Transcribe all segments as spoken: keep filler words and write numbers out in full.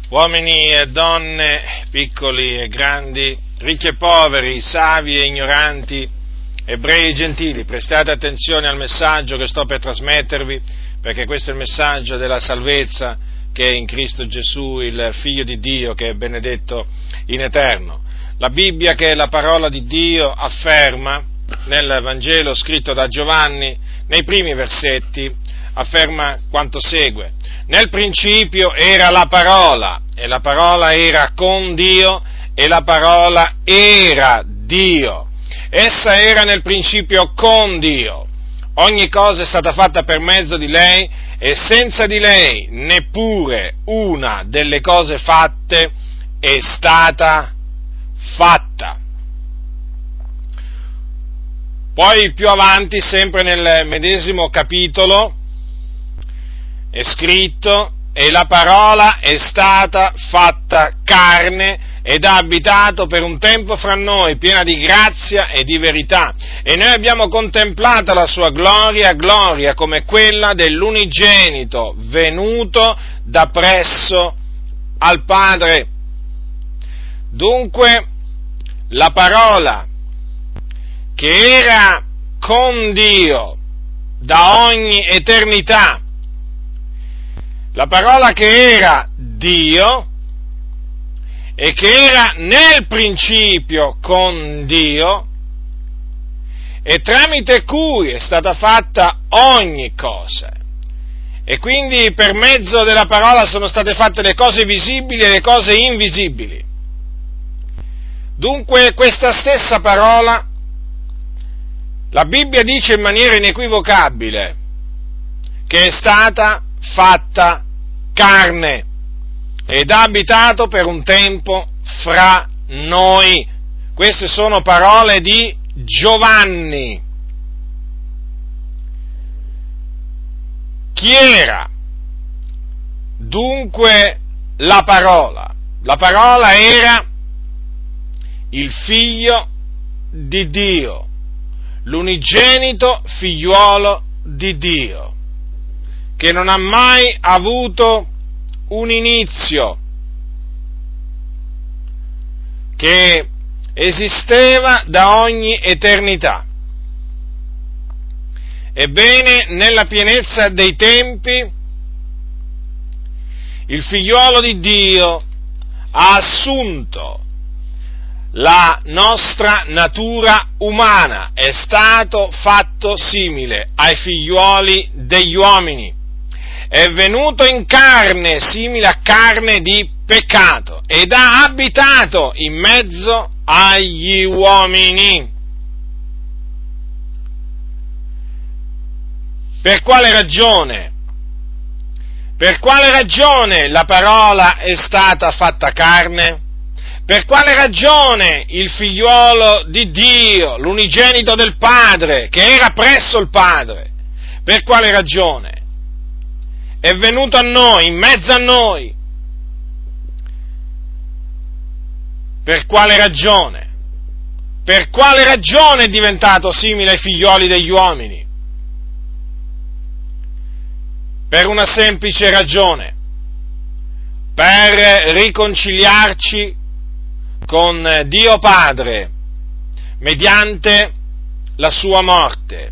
Uomini e donne, piccoli e grandi, ricchi e poveri, savi e ignoranti, ebrei e gentili, prestate attenzione al messaggio che sto per trasmettervi, perché questo è il messaggio della salvezza che è in Cristo Gesù, il Figlio di Dio, che è benedetto in eterno. La Bibbia, che è la parola di Dio, afferma nel Vangelo scritto da Giovanni, nei primi versetti, afferma quanto segue: nel principio era la parola, e la parola era con Dio, e la parola era Dio. Essa era nel principio con Dio. Ogni cosa è stata fatta per mezzo di lei, e senza di lei neppure una delle cose fatte è stata fatta. Poi più avanti, sempre nel medesimo capitolo, è scritto: e la parola è stata fatta carne ed ha abitato per un tempo fra noi, piena di grazia e di verità. E noi abbiamo contemplata la sua gloria, gloria come quella dell'unigenito venuto da presso al Padre. Dunque, la parola che era con Dio da ogni eternità, la parola che era Dio e che era nel principio con Dio, e tramite cui è stata fatta ogni cosa. E quindi per mezzo della parola sono state fatte le cose visibili e le cose invisibili. Dunque questa stessa parola, la Bibbia dice in maniera inequivocabile che è stata fatta carne ed ha abitato per un tempo fra noi. Queste sono parole di Giovanni. Chi era dunque la parola? La parola era il Figlio di Dio, l'unigenito figliuolo di Dio, che non ha mai avuto un inizio, che esisteva da ogni eternità. Ebbene, nella pienezza dei tempi, il figliuolo di Dio ha assunto la nostra natura umana, è stato fatto simile ai figliuoli degli uomini, è venuto in carne, simile a carne di peccato, ed ha abitato in mezzo agli uomini. Per quale ragione? Per quale ragione la parola è stata fatta carne? Per quale ragione il figliuolo di Dio, l'unigenito del Padre, che era presso il Padre, per quale ragione è venuto a noi, in mezzo a noi? Per quale ragione? Per quale ragione è diventato simile ai figlioli degli uomini? Per una semplice ragione: per riconciliarci con Dio Padre mediante la sua morte,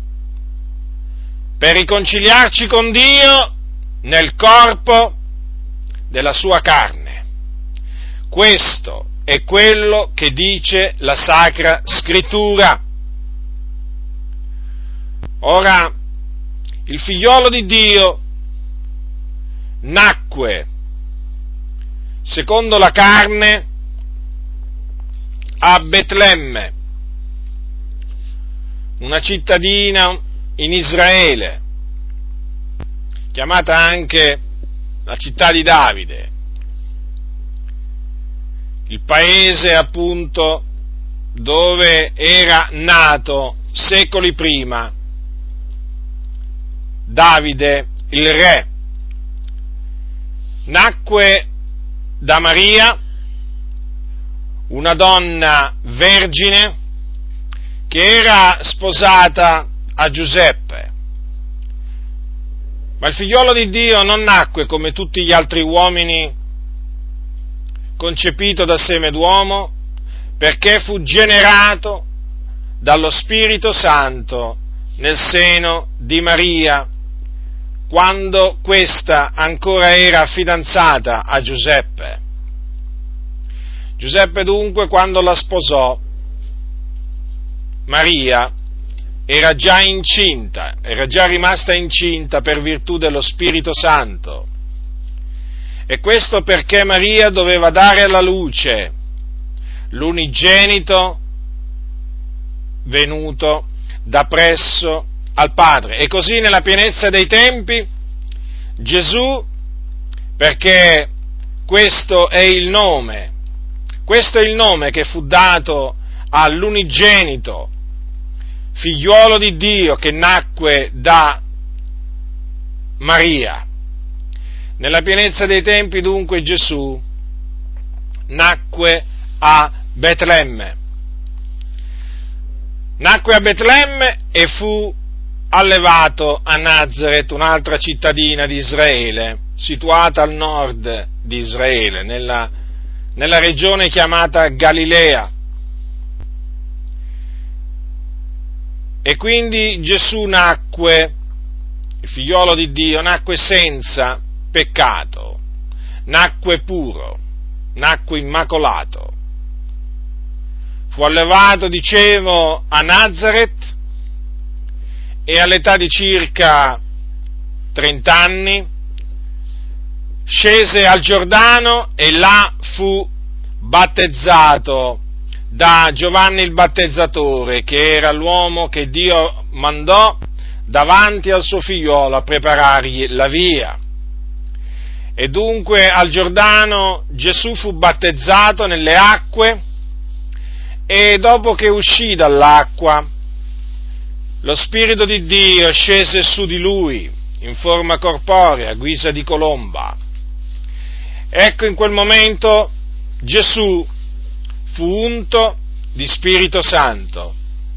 per riconciliarci con Dio nel corpo della sua carne. Questo è quello che dice la Sacra Scrittura. Ora, il figliolo di Dio nacque secondo la carne a Betlemme, una cittadina in Israele, chiamata anche la città di Davide, il paese appunto dove era nato secoli prima Davide il re. Nacque da Maria, una donna vergine che era sposata a Giuseppe. Ma il figliolo di Dio non nacque come tutti gli altri uomini concepito da seme d'uomo, perché fu generato dallo Spirito Santo nel seno di Maria, quando questa ancora era fidanzata a Giuseppe. Giuseppe dunque, quando la sposò, Maria era già incinta, era già rimasta incinta per virtù dello Spirito Santo. E questo perché Maria doveva dare alla luce l'unigenito venuto da presso al Padre. E così nella pienezza dei tempi Gesù, perché questo è il nome, questo è il nome che fu dato all'unigenito figliuolo di Dio che nacque da Maria. Nella pienezza dei tempi dunque Gesù nacque a Betlemme. Nacque a Betlemme e fu allevato a Nazaret, un'altra cittadina di Israele, situata al nord di Israele, nella, nella regione chiamata Galilea. E quindi Gesù nacque, il figliolo di Dio, nacque senza peccato, nacque puro, nacque immacolato. Fu allevato, dicevo, a Nazaret e all'età di circa trent'anni scese al Giordano e là fu battezzato da Giovanni il Battezzatore, che era l'uomo che Dio mandò davanti al suo figliolo a preparargli la via. E dunque al Giordano Gesù fu battezzato nelle acque e dopo che uscì dall'acqua lo Spirito di Dio scese su di lui in forma corporea, a guisa di colomba. Ecco, in quel momento Gesù fu unto di Spirito Santo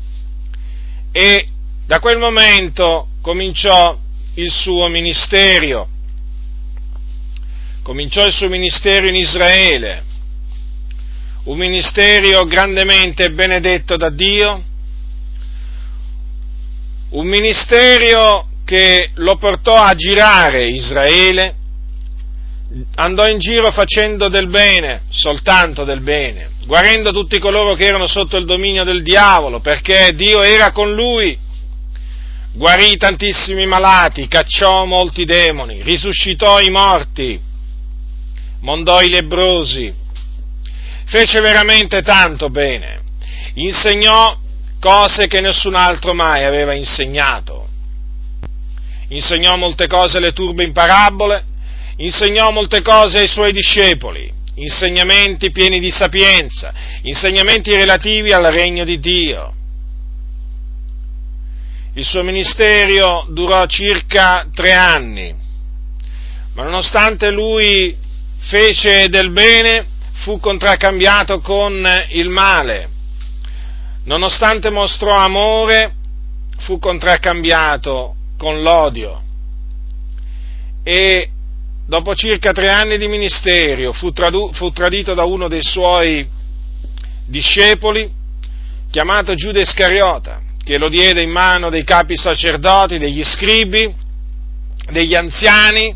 e da quel momento cominciò il suo ministero, cominciò il suo ministero in Israele, un ministero grandemente benedetto da Dio, un ministero che lo portò a girare Israele, andò in giro facendo del bene, soltanto del bene, guarendo tutti coloro che erano sotto il dominio del diavolo, perché Dio era con lui, guarì tantissimi malati, cacciò molti demoni, risuscitò i morti, mondò i lebbrosi, fece veramente tanto bene, insegnò cose che nessun altro mai aveva insegnato, insegnò molte cose alle turbe in parabole, insegnò molte cose ai suoi discepoli, insegnamenti pieni di sapienza, insegnamenti relativi al regno di Dio. Il suo ministero durò circa tre anni, ma nonostante lui fece del bene, fu contraccambiato con il male. Nonostante mostrò amore, fu contraccambiato con l'odio. E dopo circa tre anni di ministero fu, tradu- fu tradito da uno dei suoi discepoli, chiamato Giuda Iscariota, che lo diede in mano dei capi sacerdoti, degli scribi, degli anziani,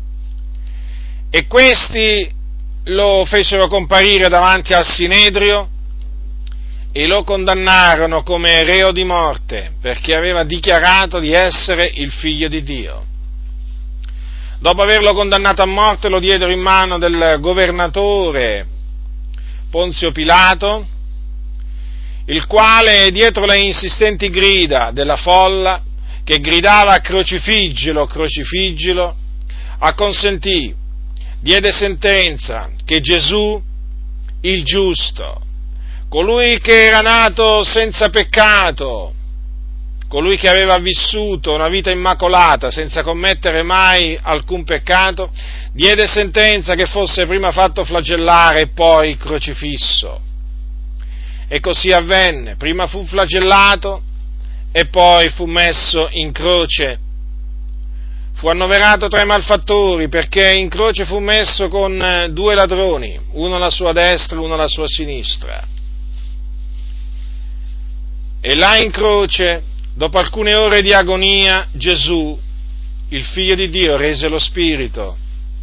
e questi lo fecero comparire davanti al Sinedrio e lo condannarono come reo di morte, perché aveva dichiarato di essere il figlio di Dio. Dopo averlo condannato a morte lo diedero in mano del governatore Ponzio Pilato, il quale, dietro le insistenti grida della folla, che gridava crocifiggilo, crocifiggilo, acconsentì, diede sentenza che Gesù, il giusto, colui che era nato senza peccato, colui che aveva vissuto una vita immacolata senza commettere mai alcun peccato, diede sentenza che fosse prima fatto flagellare e poi crocifisso. E così avvenne, prima fu flagellato e poi fu messo in croce. fu annoverato tra i malfattori perché in croce fu messo con due ladroni, uno alla sua destra e uno alla sua sinistra. E là in croce, dopo alcune ore di agonia, Gesù, il Figlio di Dio, rese lo Spirito.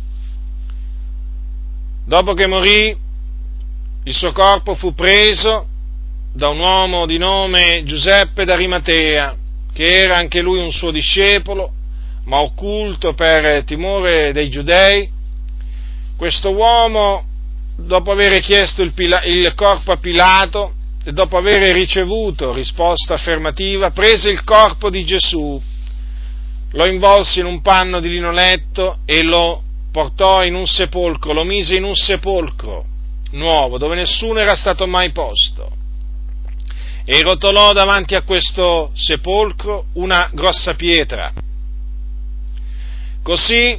Dopo che morì, il suo corpo fu preso da un uomo di nome Giuseppe d'Arimatea, che era anche lui un suo discepolo, ma occulto per timore dei giudei. Questo uomo, dopo aver chiesto il, Pila- il corpo a Pilato e dopo aver ricevuto risposta affermativa, prese il corpo di Gesù, lo involse in un panno di linoletto e lo portò in un sepolcro, lo mise in un sepolcro nuovo, dove nessuno era stato mai posto, e rotolò davanti a questo sepolcro una grossa pietra. Così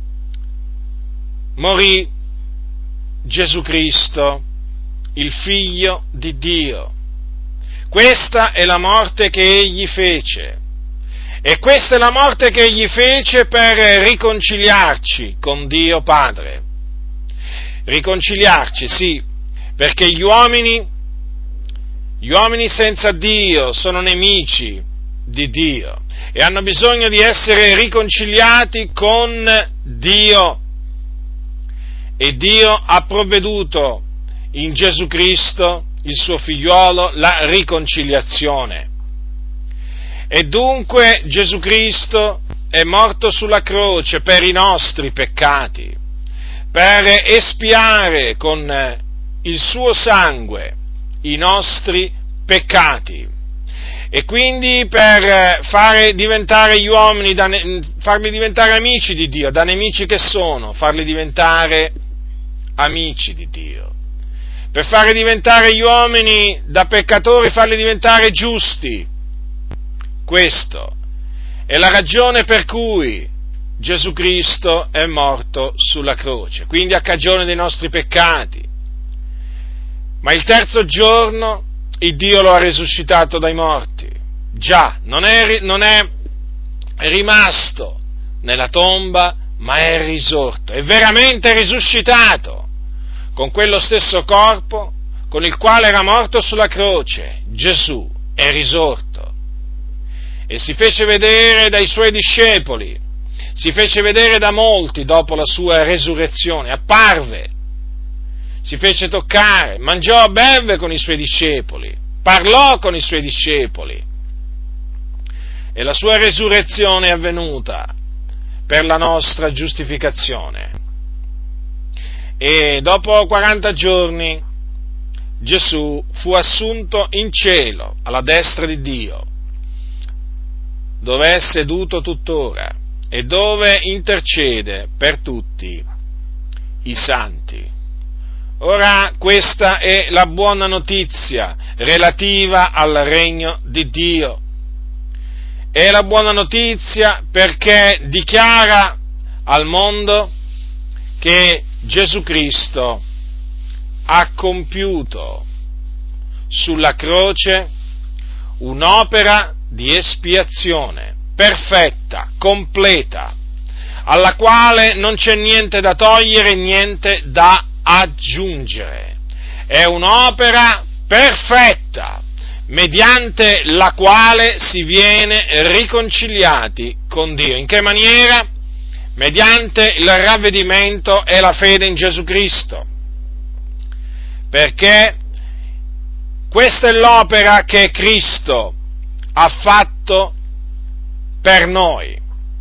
morì Gesù Cristo, il Figlio di Dio. Questa è la morte che egli fece, e questa è la morte che egli fece per riconciliarci con Dio Padre. Riconciliarci, sì, perché gli uomini, gli uomini senza Dio sono nemici di Dio e hanno bisogno di essere riconciliati con Dio. E Dio ha provveduto in Gesù Cristo, il suo figliuolo, la riconciliazione. E dunque Gesù Cristo è morto sulla croce per i nostri peccati, per espiare con il suo sangue i nostri peccati, e quindi per fare diventare gli uomini, da ne- farli diventare amici di Dio, da nemici che sono, farli diventare amici di Dio, per fare diventare gli uomini da peccatori, farli diventare giusti. Questo è la ragione per cui Gesù Cristo è morto sulla croce, quindi a cagione dei nostri peccati. Ma il terzo giorno il Dio lo ha risuscitato dai morti. Già, non è, non è rimasto nella tomba, ma è risorto, è veramente risuscitato, con quello stesso corpo con il quale era morto sulla croce. Gesù è risorto e si fece vedere dai suoi discepoli, si fece vedere da molti dopo la sua resurrezione, apparve, si fece toccare, mangiò, bevve con i suoi discepoli, parlò con i suoi discepoli, e la sua resurrezione è avvenuta per la nostra giustificazione. E dopo quaranta giorni Gesù fu assunto in cielo, alla destra di Dio, dove è seduto tuttora e dove intercede per tutti i santi. Ora, questa è la buona notizia relativa al regno di Dio. È la buona notizia perché dichiara al mondo che Gesù Cristo ha compiuto sulla croce un'opera di espiazione perfetta, completa, alla quale non c'è niente da togliere, niente da aggiungere. È un'opera perfetta, mediante la quale si viene riconciliati con Dio. In che maniera? Mediante il ravvedimento e la fede in Gesù Cristo. Perché questa è l'opera che Cristo ha fatto per noi.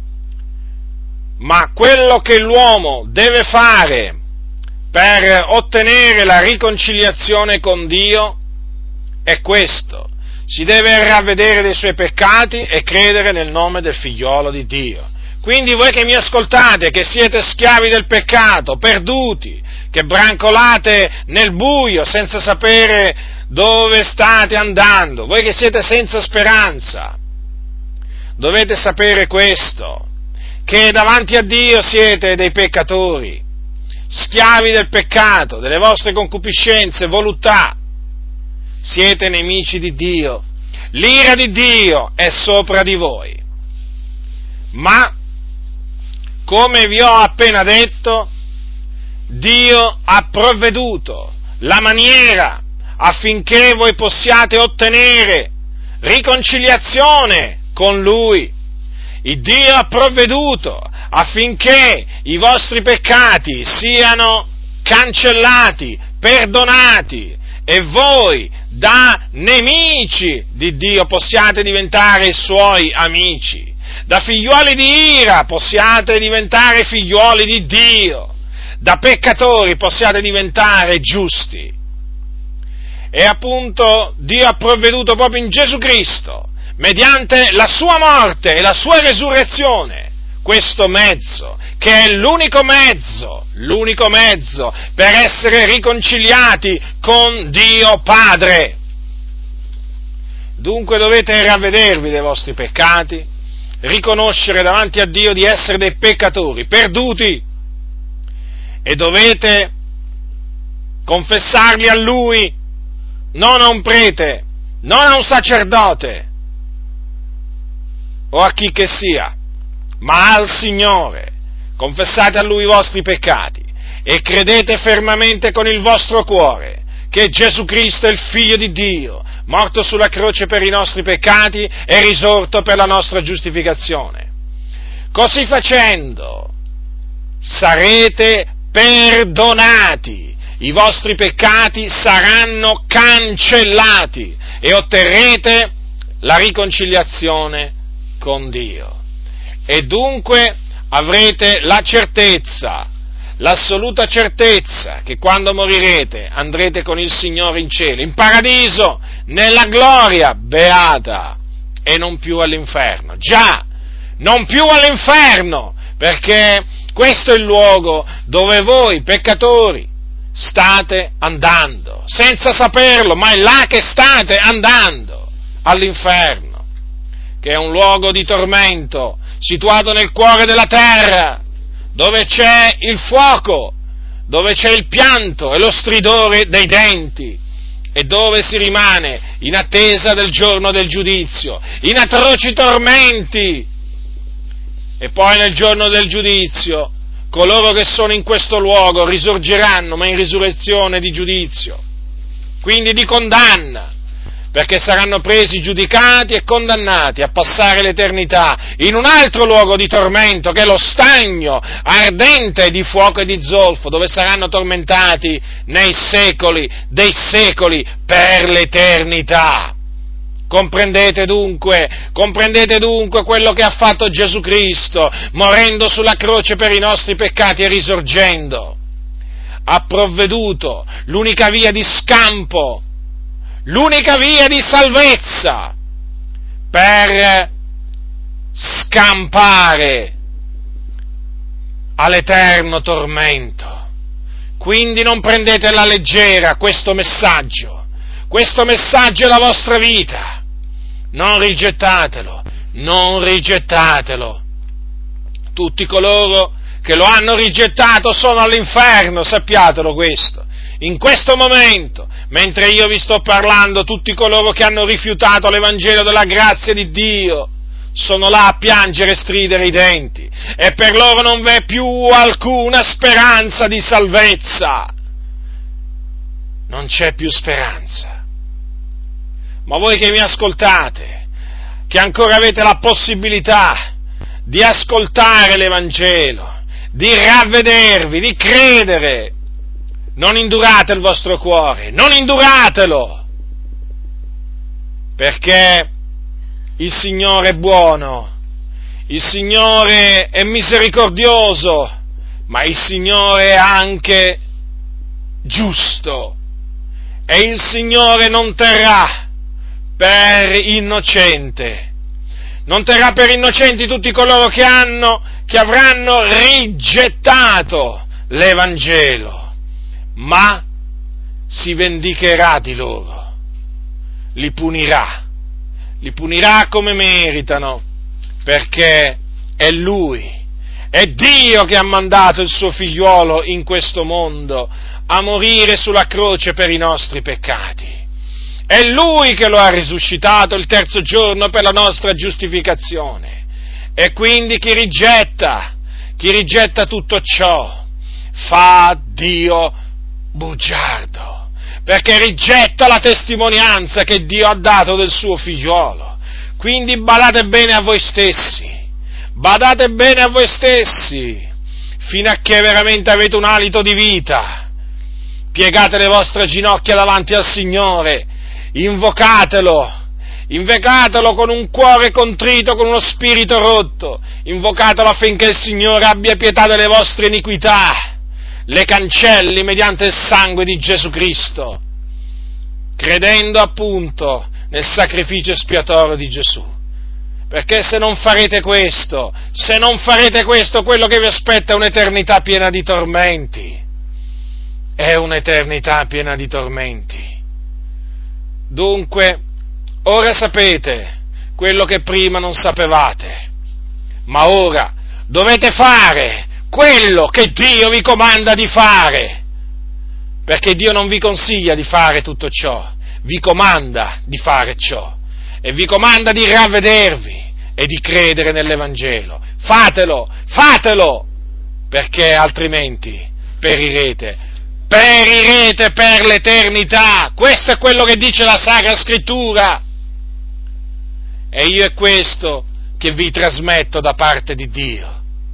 Ma quello che l'uomo deve fare per ottenere la riconciliazione con Dio è questo: si deve ravvedere dei suoi peccati e credere nel nome del figliolo di Dio. Quindi voi che mi ascoltate, che siete schiavi del peccato, perduti, che brancolate nel buio senza sapere dove state andando, voi che siete senza speranza, dovete sapere questo, che davanti a Dio siete dei peccatori, schiavi del peccato, delle vostre concupiscenze, voluttà, siete nemici di Dio, l'ira di Dio è sopra di voi, ma come vi ho appena detto, Dio ha provveduto la maniera affinché voi possiate ottenere riconciliazione con Lui. Il Dio ha provveduto affinché i vostri peccati siano cancellati, perdonati, e voi da nemici di Dio possiate diventare i Suoi amici, da figliuoli di ira possiate diventare figliuoli di Dio, da peccatori possiate diventare giusti. E appunto Dio ha provveduto proprio in Gesù Cristo, mediante la sua morte e la sua resurrezione, questo mezzo, che è l'unico mezzo, l'unico mezzo per essere riconciliati con Dio Padre. Dunque dovete ravvedervi dei vostri peccati, riconoscere davanti a Dio di essere dei peccatori, perduti, e dovete confessarli a Lui, non a un prete, non a un sacerdote, o a chi che sia, ma al Signore. Confessate a Lui i vostri peccati e credete fermamente con il vostro cuore che Gesù Cristo è il Figlio di Dio, morto sulla croce per i nostri peccati e risorto per la nostra giustificazione. Così facendo sarete perdonati, i vostri peccati saranno cancellati e otterrete la riconciliazione con Dio. E dunque avrete la certezza, l'assoluta certezza che quando morirete andrete con il Signore in cielo, in paradiso, nella gloria beata, e non più all'inferno. Già, non più all'inferno, perché questo è il luogo dove voi, peccatori, state andando, senza saperlo, ma è là che state andando, all'inferno, che è un luogo di tormento, situato nel cuore della terra, dove c'è il fuoco, dove c'è il pianto e lo stridore dei denti, e dove si rimane in attesa del giorno del giudizio, in atroci tormenti. E poi nel giorno del giudizio coloro che sono in questo luogo risorgeranno, ma in risurrezione di giudizio, quindi di condanna, perché saranno presi, giudicati e condannati a passare l'eternità in un altro luogo di tormento, che è lo stagno ardente di fuoco e di zolfo, dove saranno tormentati nei secoli dei secoli per l'eternità. Comprendete dunque, comprendete dunque quello che ha fatto Gesù Cristo, morendo sulla croce per i nostri peccati e risorgendo. Ha provveduto l'unica via di scampo, l'unica via di salvezza per scampare all'eterno tormento. Quindi non prendete alla leggera questo messaggio, questo messaggio è la vostra vita, non rigettatelo, non rigettatelo. Tutti coloro che lo hanno rigettato sono all'inferno, sappiatelo questo. In questo momento, mentre io vi sto parlando, tutti coloro che hanno rifiutato l'Evangelo della grazia di Dio sono là a piangere e stridere i denti, e per loro non v'è più alcuna speranza di salvezza. Non c'è più speranza. Ma voi che mi ascoltate, che ancora avete la possibilità di ascoltare l'Evangelo, di ravvedervi, di credere, non indurate il vostro cuore, non induratelo, perché il Signore è buono, il Signore è misericordioso, ma il Signore è anche giusto, e il Signore non terrà per innocente, non terrà per innocenti tutti coloro che hanno, che avranno rigettato l'Evangelo, ma si vendicherà di loro, li punirà, li punirà come meritano, perché è Lui, è Dio che ha mandato il suo figliuolo in questo mondo a morire sulla croce per i nostri peccati. È Lui che lo ha risuscitato il terzo giorno per la nostra giustificazione. E quindi chi rigetta, Chi rigetta tutto ciò fa Dio bugiardo, perché rigetta la testimonianza che Dio ha dato del suo figliolo. Quindi badate bene a voi stessi, badate bene a voi stessi, fino a che veramente avete un alito di vita. Piegate le vostre ginocchia davanti al Signore, invocatelo, invocatelo con un cuore contrito, con uno spirito rotto, invocatelo affinché il Signore abbia pietà delle vostre iniquità, le cancelli mediante il sangue di Gesù Cristo, credendo appunto nel sacrificio espiatorio di Gesù. Perché se non farete questo, se non farete questo, quello che vi aspetta è un'eternità piena di tormenti. È un'eternità piena di tormenti. Dunque, ora sapete quello che prima non sapevate, ma ora dovete fare quello che Dio vi comanda di fare, perché Dio non vi consiglia di fare tutto ciò, vi comanda di fare ciò, e vi comanda di ravvedervi e di credere nell'Evangelo. Fatelo, fatelo, perché altrimenti perirete, perirete per l'eternità. Questo è quello che dice la Sacra Scrittura, e io è questo che vi trasmetto da parte di Dio.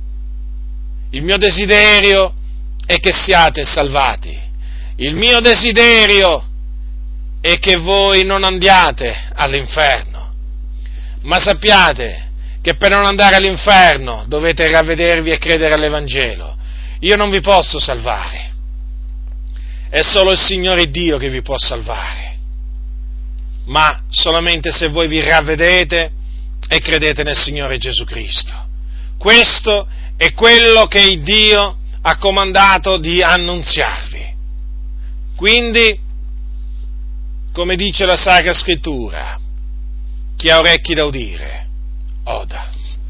Il mio desiderio è che siate salvati, il mio desiderio è che voi non andiate all'inferno, ma sappiate che per non andare all'inferno dovete ravvedervi e credere all'Evangelo. Io non vi posso salvare, è solo il Signore Dio che vi può salvare, ma solamente se voi vi ravvedete e credete nel Signore Gesù Cristo. Questo è quello che Dio ha comandato di annunziarvi. Quindi, come dice la Sacra Scrittura, chi ha orecchi da udire, oda.